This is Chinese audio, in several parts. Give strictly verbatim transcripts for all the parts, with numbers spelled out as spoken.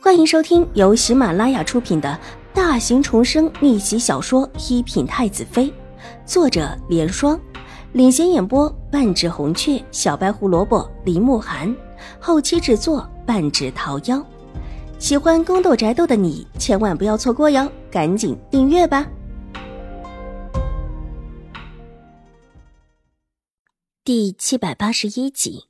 欢迎收听由喜马拉雅出品的大型重生逆袭小说《一品太子妃》，作者莲霜，领衔演播半指红雀、小白胡萝卜、林慕寒，后期制作半指桃夭。喜欢宫斗宅斗的你千万不要错过哟，赶紧订阅吧。第七百八十一集。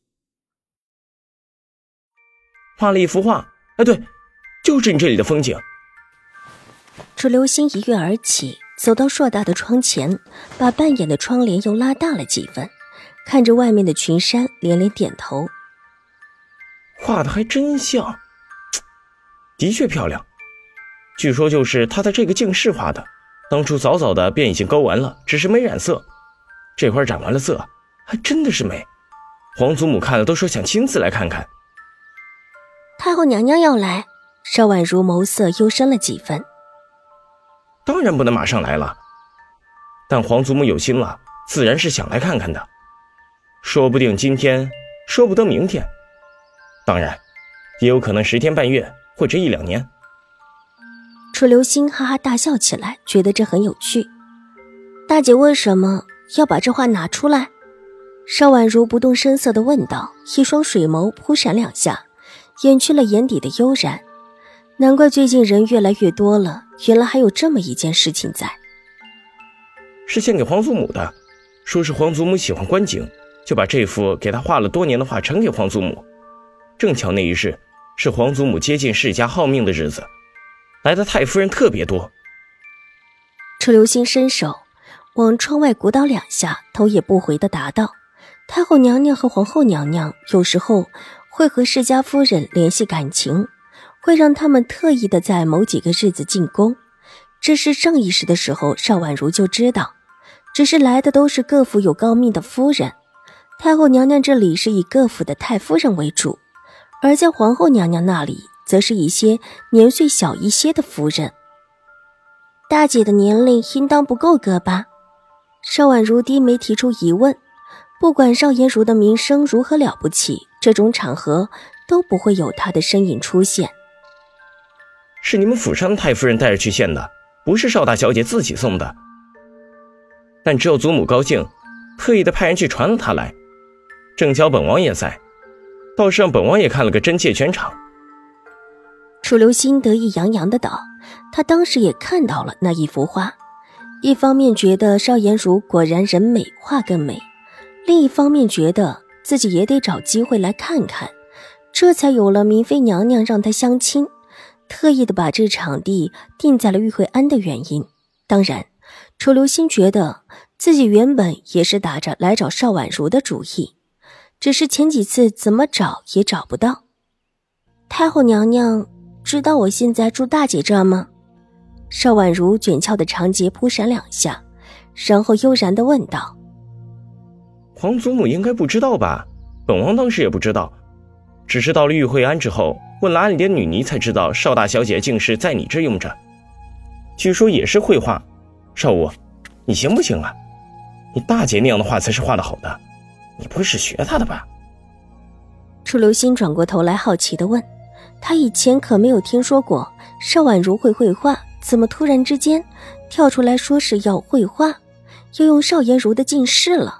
画了一幅画，哎，对，就是你这里的风景。 楚留心一跃而起，走到硕大的窗前，把半掩的窗帘又拉大了几分，看着外面的群山，连连点头。 画的还真像，的确漂亮。据说就是他的这个镜室画的，当初早早的便已经勾完了，只是没染色。这会儿染完了色，还真的是美。皇祖母看了都说想亲自来看看。 太后娘娘要来，邵婉如眸色幽深了几分。 当然不能马上来了，但皇祖母有心了，自然是想来看看的。说不定今天，说不得明天，当然也有可能十天半月或者一两年。 楚留心哈哈大笑起来，觉得这很有趣。大姐为什么要把这话拿出来？邵婉如不动声色地问道，一双水眸扑闪两下，掩去了眼底的悠然。难怪最近人越来越多了，原来还有这么一件事情在。 是献给皇祖母的，说是皇祖母喜欢观景，就把这幅给他画了多年的画呈给皇祖母。正巧那一日是皇祖母接近世家好命的日子，来的太夫人特别多。 楚留心伸手往窗外鼓捣两下，头也不回地答道，太后娘娘和皇后娘娘有时候会和世家夫人联系感情，会让他们特意的在某几个日子进宫。这是上一世的时候邵婉如就知道，只是来的都是各府有高命的夫人，太后娘娘这里是以各府的太夫人为主，而在皇后娘娘那里则是一些年岁小一些的夫人。大姐的年龄应当不够格吧？邵婉如低眉提出疑问。不管邵颜如的名声如何了不起，这种场合都不会有她的身影出现。 是你们府上的太夫人带着去献的，不是邵大小姐自己送的。但只有祖母高兴，特意的派人去传了她来。正巧本王也在，倒是让本王也看了个真切全场。 楚留心得意洋洋的道，他当时也看到了那一幅画，一方面觉得邵颜如果然人美画更美，另一方面觉得自己也得找机会来看看，这才有了明妃娘娘让他相亲，特意的把这场地定在了玉惠庵的原因。当然，楚留心觉得自己原本也是打着来找邵婉如的主意，只是前几次怎么找也找不到。太后娘娘知道我现在住大姐这吗？邵婉如卷翘的长睫扑闪两下，然后悠然地问道。 皇祖母应该不知道吧？本王当时也不知道，只是到了玉惠庵之后，问了安里的女尼才知道邵大小姐竟是在你这用着，据说也是绘画。少武，你行不行啊？你大姐那样的画才是画得好的，你不会是学她的吧？ 楚留心转过头来好奇地问，他以前可没有听说过邵婉如会绘画，怎么突然之间跳出来说是要绘画，要用邵颜如的近视了？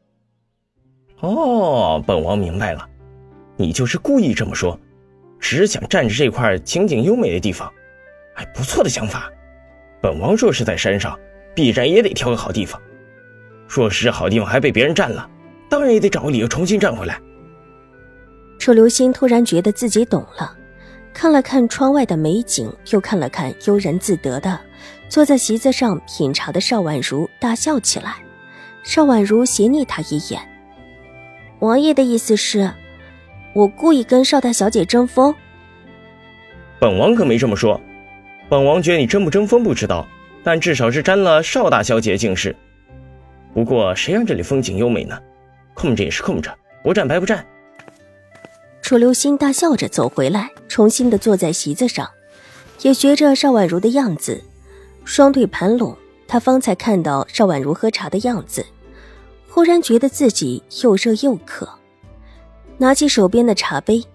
哦，本王明白了，你就是故意这么说，只想占着这块情景优美的地方。哎，不错的想法。本王若是在山上，必然也得挑个好地方。若是这好地方还被别人占了，当然也得找个理由重新占回来。 楚留心突然觉得自己懂了，看了看窗外的美景，又看了看悠然自得的坐在席子上品茶的邵婉如，大笑起来。邵婉如斜睨他一眼，王爷的意思是我故意跟邵大小姐争锋？ 本王可没这么说，本王觉得你争不争锋不知道，但至少是沾了邵大小姐的净事。不过谁让这里风景优美呢？空着也是空着，不占白不占。 楚留心大笑着走回来，重新的坐在席子上，也学着邵婉如的样子，双腿盘拢。他方才看到邵婉如喝茶的样子，忽然觉得自己又热又渴，拿起手边的茶杯，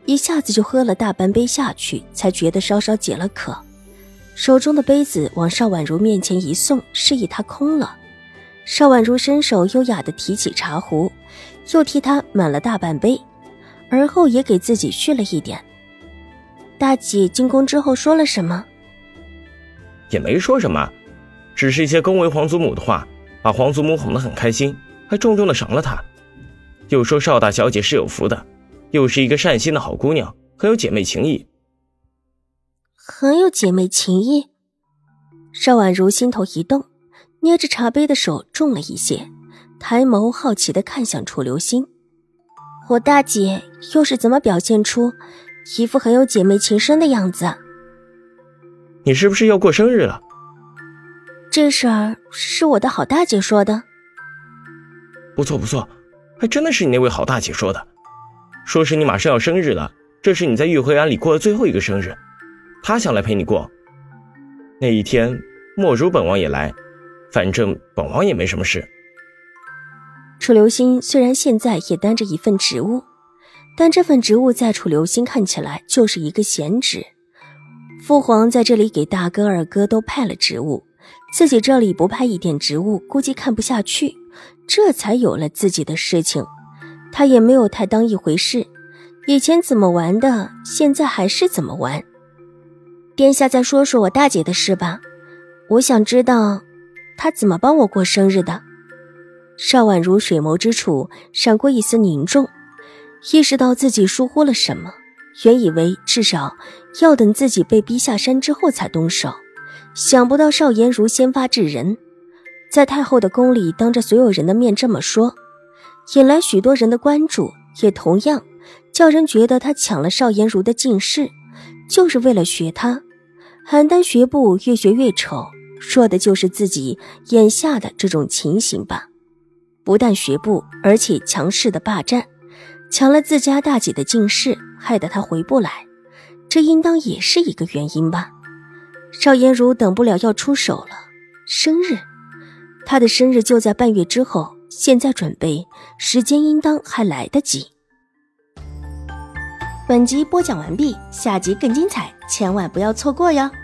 一下子就喝了大半杯下去，才觉得稍稍解了渴。手中的杯子往邵婉如面前一送，示意她空了。邵婉如伸手优雅地提起茶壶，又替她满了大半杯，而后也给自己续了一点。大姐进宫之后说了什么？ 也没说什么，只是一些恭维皇祖母的话，把皇祖母哄得很开心，还重重地赏了她。又说邵大小姐是有福的，又是一个善心的好姑娘，很有姐妹情谊。 很有姐妹情谊？邵婉如心头一动，捏着茶杯的手重了一些，抬眸好奇地看向楚留心。我大姐又是怎么表现出一副很有姐妹情深的样子？ 你是不是要过生日了？ 这事儿是我的好大姐说的。 不错不错，还真的是你那位好大姐说的，说是你马上要生日了，这是你在玉慧庵里过的最后一个生日，她想来陪你过。那一天莫如本王也来，反正本王也没什么事。 楚留心虽然现在也担着一份职务，但这份职务在楚留心看起来就是一个闲职。父皇在这里给大哥二哥都派了职务，自己这里不派一点职务，估计看不下去，这才有了自己的事情。他也没有太当一回事，以前怎么玩的，现在还是怎么玩。殿下再说说我大姐的事吧，我想知道她怎么帮我过生日的。邵婉如水眸之处闪过一丝凝重，意识到自己疏忽了什么，原以为至少要等自己被逼下山之后才动手，想不到邵颜如先发制人，在太后的宫里当着所有人的面这么说，引来许多人的关注，也同样叫人觉得他抢了邵颜如的进士，就是为了学他，邯郸学步越学越丑，说的就是自己眼下的这种情形吧。不但学步，而且强势的霸占，抢了自家大姐的进士，害得她回不来，这应当也是一个原因吧。邵颜如等不了要出手了，生日，她的生日就在半月之后，现在准备时间应当还来得及。 本集播讲完毕，下集更精彩，千万不要错过哟。